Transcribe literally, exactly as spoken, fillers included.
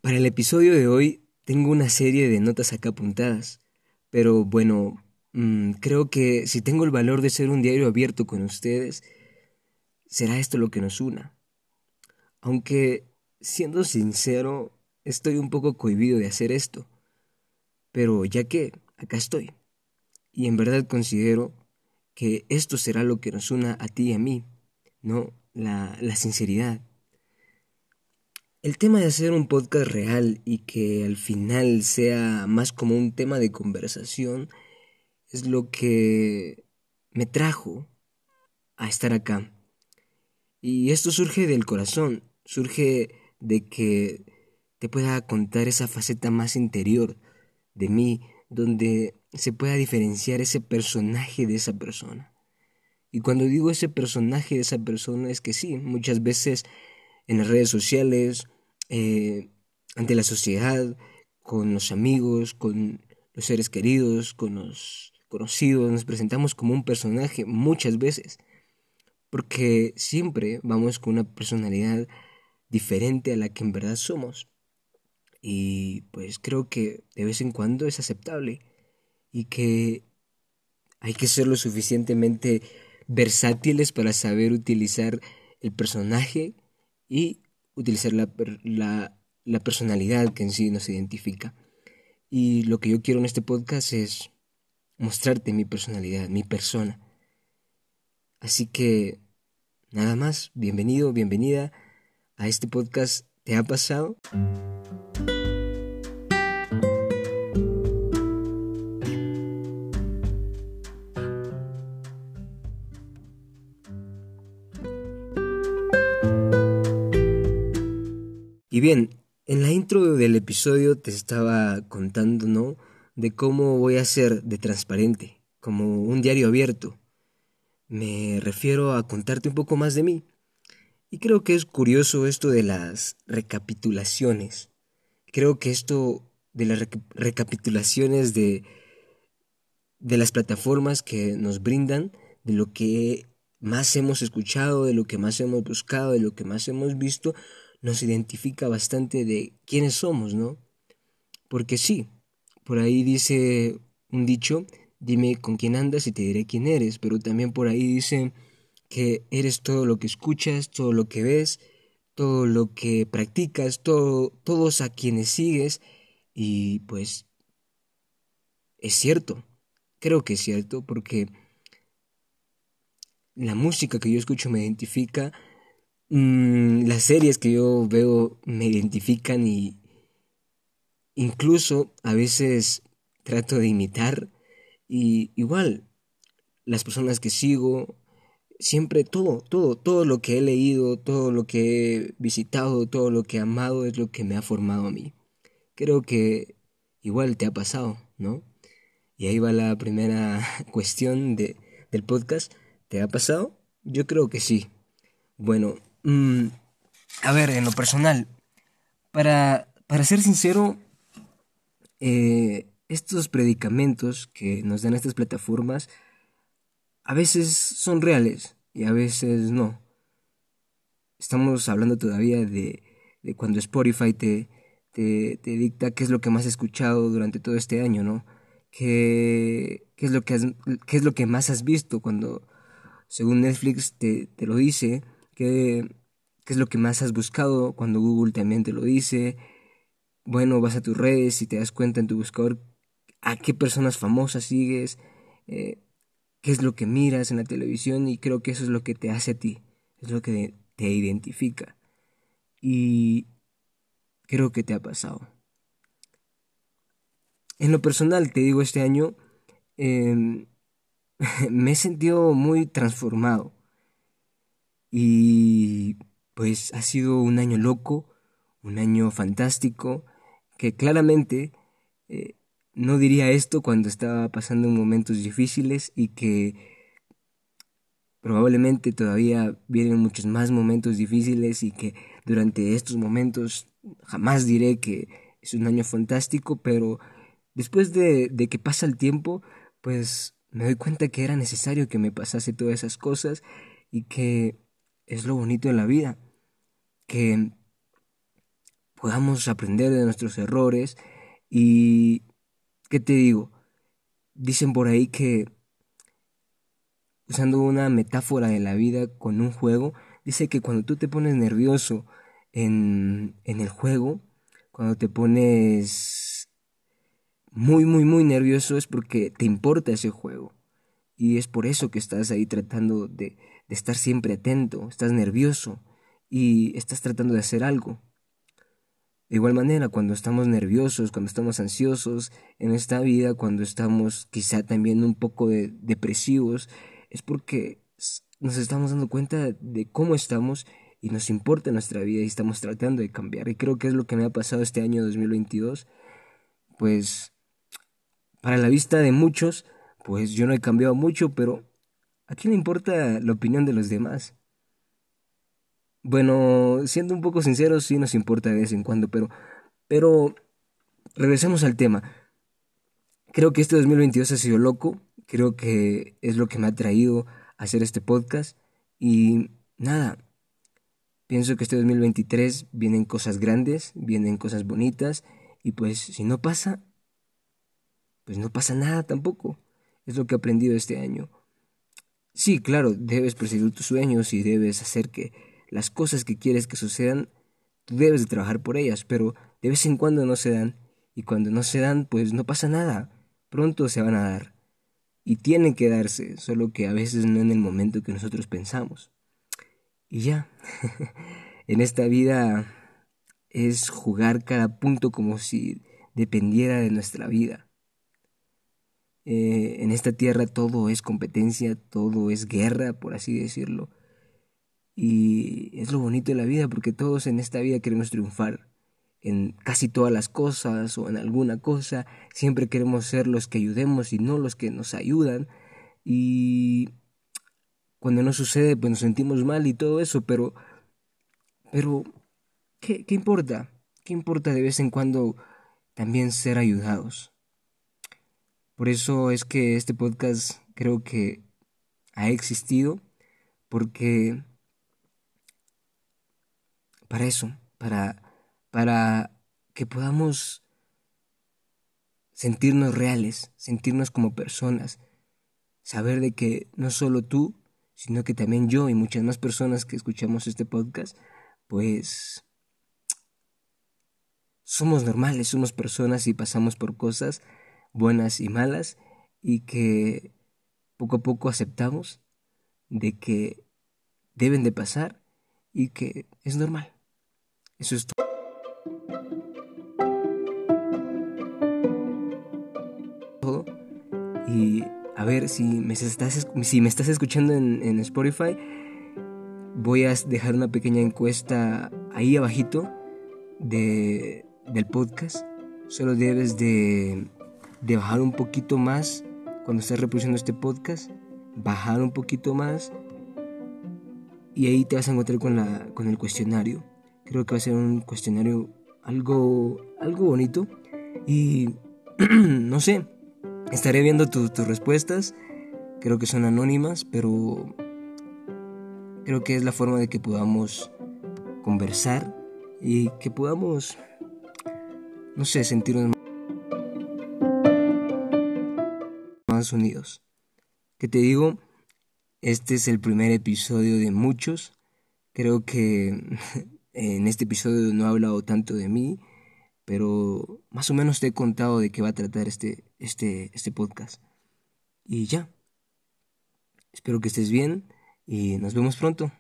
Para el episodio de hoy tengo una serie de notas acá apuntadas, pero bueno, mmm, creo que si tengo el valor de ser un diario abierto con ustedes, será esto lo que nos una. Aunque, siendo sincero, estoy un poco cohibido de hacer esto, pero ya que acá estoy, y en verdad considero que esto será lo que nos una a ti y a mí, ¿no? La, la sinceridad. El tema de hacer un podcast real y que al final sea más como un tema de conversación es lo que me trajo a estar acá. Y esto surge del corazón, surge de que te pueda contar esa faceta más interior de mí, donde se pueda diferenciar ese personaje de esa persona. Y cuando digo ese personaje de esa persona es que sí, muchas veces en las redes sociales, eh, ante la sociedad, con los amigos, con los seres queridos, con los conocidos, nos presentamos como un personaje muchas veces, porque siempre vamos con una personalidad diferente a la que en verdad somos. Y pues creo que de vez en cuando es aceptable y que hay que ser lo suficientemente versátiles para saber utilizar el personaje y utilizar la, la, la personalidad que en sí nos identifica. Y lo que yo quiero en este podcast es mostrarte mi personalidad, mi persona. Así que nada más, bienvenido, bienvenida a este podcast. ¿Te ha pasado? Y bien, en la intro del episodio te estaba contando, ¿no?, de cómo voy a ser de transparente, como un diario abierto. Me refiero a contarte un poco más de mí. Y creo que es curioso esto de las recapitulaciones. Creo que esto de las rec- recapitulaciones de, de las plataformas que nos brindan, de lo que más hemos escuchado, de lo que más hemos buscado, de lo que más hemos visto, nos identifica bastante de quiénes somos, ¿no? Porque sí, por ahí dice un dicho, dime con quién andas y te diré quién eres, pero también por ahí dice que eres todo lo que escuchas, todo lo que ves, todo lo que practicas, todo, todos a quienes sigues, y pues es cierto, creo que es cierto, porque la música que yo escucho me identifica, mmm, las series que yo veo me identifican y incluso a veces trato de imitar y igual las personas que sigo, siempre todo, todo, todo lo que he leído, todo lo que he visitado, todo lo que he amado es lo que me ha formado a mí. Creo que igual te ha pasado, ¿no? Y ahí va la primera cuestión de, del podcast. ¿Te ha pasado? Yo creo que sí. Bueno, mmm, a ver, en lo personal, para, para ser sincero, eh, estos predicamentos que nos dan estas plataformas a veces son reales y a veces no. Estamos hablando todavía de, de cuando Spotify te, te, te dicta qué es lo que más has escuchado durante todo este año, ¿no? ¿Qué, qué es lo que has- qué es lo que más has visto cuando, según Netflix, te, te lo dice? ¿Qué, qué es lo que más has buscado cuando Google también te lo dice? Bueno, vas a tus redes y te das cuenta en tu buscador a qué personas famosas sigues, eh, qué es lo que miras en la televisión, y creo que eso es lo que te hace a ti, es lo que te identifica. Y creo que te ha pasado. En lo personal, te digo, este año eh, me he sentido muy transformado y pues ha sido un año loco, un año fantástico, que claramente eh, no diría esto cuando estaba pasando momentos difíciles y que probablemente todavía vienen muchos más momentos difíciles y que durante estos momentos jamás diré que es un año fantástico, pero después de, de que pasa el tiempo, pues me doy cuenta que era necesario que me pasase todas esas cosas y que es lo bonito de la vida, que podamos aprender de nuestros errores. Y, ¿qué te digo? Dicen por ahí que, usando una metáfora de la vida con un juego, dice que cuando tú te pones nervioso en, en el juego, cuando te pones muy, muy, muy nervioso es porque te importa ese juego. Y es por eso que estás ahí tratando de, de estar siempre atento, estás nervioso y estás tratando de hacer algo. De igual manera, cuando estamos nerviosos, cuando estamos ansiosos en esta vida, cuando estamos quizá también un poco de- depresivos, es porque s- nos estamos dando cuenta de cómo estamos y nos importa nuestra vida y estamos tratando de cambiar. Y creo que es lo que me ha pasado este año dos mil veintidós. Pues para la vista de muchos, pues yo no he cambiado mucho, pero ¿a quién le importa la opinión de los demás? Bueno, siendo un poco sinceros, sí nos importa de vez en cuando, pero, pero regresemos al tema. Creo que este dos mil veintidós ha sido loco, creo que es lo que me ha traído a hacer este podcast y nada, pienso que este dos mil veintitrés vienen cosas grandes, vienen cosas bonitas y pues si no pasa, pues no pasa nada tampoco. Es lo que he aprendido este año. Sí, claro, debes perseguir tus sueños y debes hacer que las cosas que quieres que sucedan, tú debes de trabajar por ellas, pero de vez en cuando no se dan y cuando no se dan, pues no pasa nada. Pronto se van a dar. Y tienen que darse, solo que a veces no en el momento que nosotros pensamos. Y ya, en esta vida es jugar cada punto como si dependiera de nuestra vida. Eh, en esta tierra todo es competencia, todo es guerra, por así decirlo. Y es lo bonito de la vida, porque todos en esta vida queremos triunfar en casi todas las cosas o en alguna cosa. Siempre queremos ser los que ayudemos y no los que nos ayudan. Y cuando no sucede, pues nos sentimos mal y todo eso, pero, pero, ¿qué, qué importa? ¿Qué importa de vez en cuando también ser ayudados? Por eso es que este podcast creo que ha existido, porque para eso, para, para que podamos sentirnos reales, sentirnos como personas, saber de que no solo tú, sino que también yo y muchas más personas que escuchamos este podcast, pues somos normales, somos personas y pasamos por cosas buenas y malas y que poco a poco aceptamos de que deben de pasar y que es normal. Eso es todo. Y a ver, si me estás, si me estás escuchando en, en Spotify, voy a dejar una pequeña encuesta ahí abajito de, del podcast. Solo debes de, de bajar un poquito más cuando estés reproduciendo este podcast, bajar un poquito más y ahí te vas a encontrar con, la, con el cuestionario. Creo que va a ser un cuestionario algo, algo bonito y no sé, estaré viendo tu, tus respuestas. Creo que son anónimas, pero creo que es la forma de que podamos conversar y que podamos, no sé, sentirnos más unidos. ¿Qué te digo? Este es el primer episodio de muchos. Creo que en este episodio no he hablado tanto de mí, pero más o menos te he contado de qué va a tratar este, este, este podcast. Y ya, espero que estés bien y nos vemos pronto.